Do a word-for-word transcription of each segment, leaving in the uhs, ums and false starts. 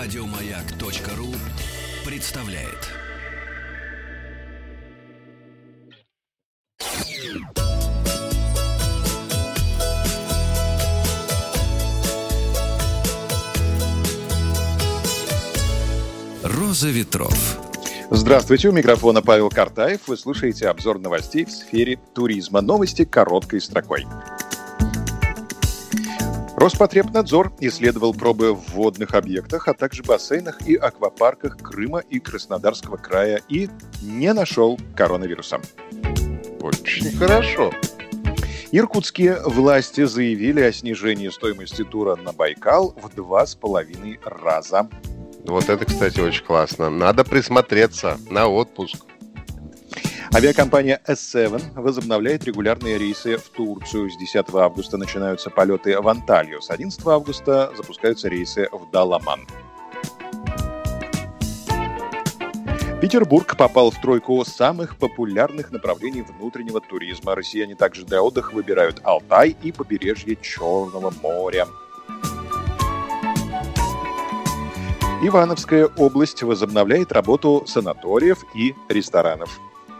Радиомаяк.ру представляет. Роза ветров. Здравствуйте, у микрофона Павел Картаев. Вы слушаете обзор новостей в сфере туризма. Новости короткой строкой. Роспотребнадзор исследовал пробы в водных объектах, а также бассейнах и аквапарках Крыма и Краснодарского края и не нашел коронавируса. Очень хорошо. Иркутские власти заявили о снижении стоимости тура на Байкал в два с половиной раза. Вот это, кстати, очень классно. Надо присмотреться на отпуск. Авиакомпания эс семь возобновляет регулярные рейсы в Турцию. С десятого августа начинаются полеты в Анталью. С одиннадцатого августа запускаются рейсы в Даламан. Петербург попал в тройку самых популярных направлений внутреннего туризма. Россияне также для отдыха выбирают Алтай и побережье Черного моря. Ивановская область возобновляет работу санаториев и ресторанов.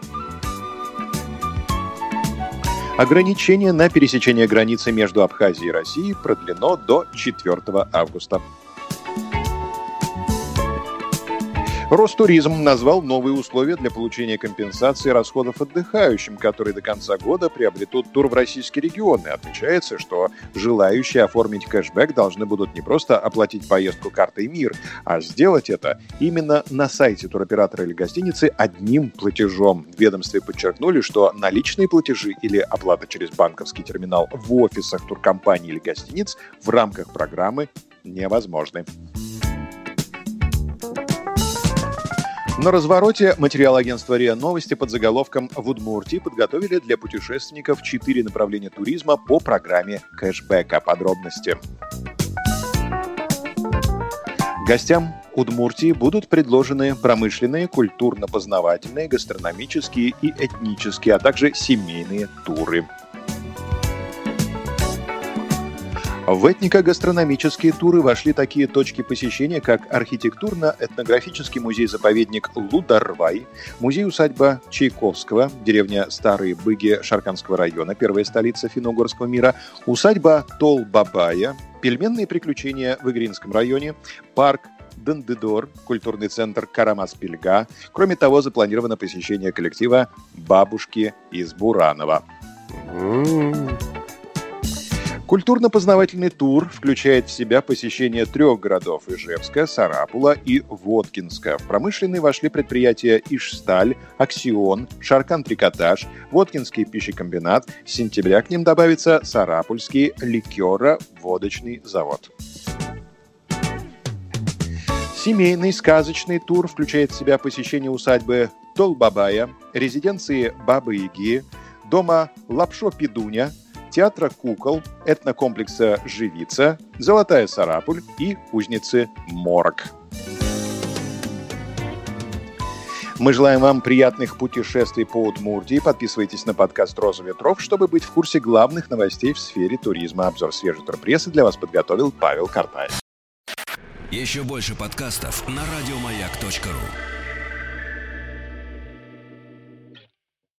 Ограничение на пересечение границы между Абхазией и Россией продлено до четвёртого августа. Ростуризм назвал новые условия для получения компенсации расходов отдыхающим, которые до конца года приобретут тур в российские регионы. Отмечается, что желающие оформить кэшбэк должны будут не просто оплатить поездку картой МИР, а сделать это именно на сайте туроператора или гостиницы одним платежом. В ведомстве подчеркнули, что наличные платежи или оплата через банковский терминал в офисах туркомпаний или гостиниц в рамках программы невозможны. На развороте материал агентства РИА Новости под заголовком «В Удмуртии подготовили для путешественников четыре направления туризма по программе кэшбэка». Подробности. Гостям Удмуртии будут предложены промышленные, культурно-познавательные, гастрономические и этнические, а также семейные туры. В этнико-гастрономические туры вошли такие точки посещения, как архитектурно-этнографический музей-заповедник Лударвай, музей-усадьба Чайковского, деревня Старые Быги Шарканского района, первая столица финно-угорского мира, усадьба Тол-Бабая, пельменные приключения в Игринском районе, парк Дандедор, культурный центр Карамас-Пельга. Кроме того, запланировано посещение коллектива «Бабушки из Буранова». Культурно-познавательный тур включает в себя посещение трех городов – Ижевска, Сарапула и Воткинска. В промышленные вошли предприятия Ижсталь, Аксион, Шаркан-Трикотаж, Воткинский пищекомбинат. С сентября к ним добавится Сарапульский ликеро-водочный завод. Семейный сказочный тур включает в себя посещение усадьбы Тол-Бабая, резиденции Бабы-Яги, дома Лапшо-Пидуня, театра кукол, этнокомплекса «Живица», «Золотая Сарапуль» и кузницы «Морок». Мы желаем вам приятных путешествий по Удмуртии. Подписывайтесь на подкаст «Роза ветров», чтобы быть в курсе главных новостей в сфере туризма. Обзор свежей турпрессы для вас подготовил Павел Картаев. Еще больше подкастов на радиомаяк точка ру.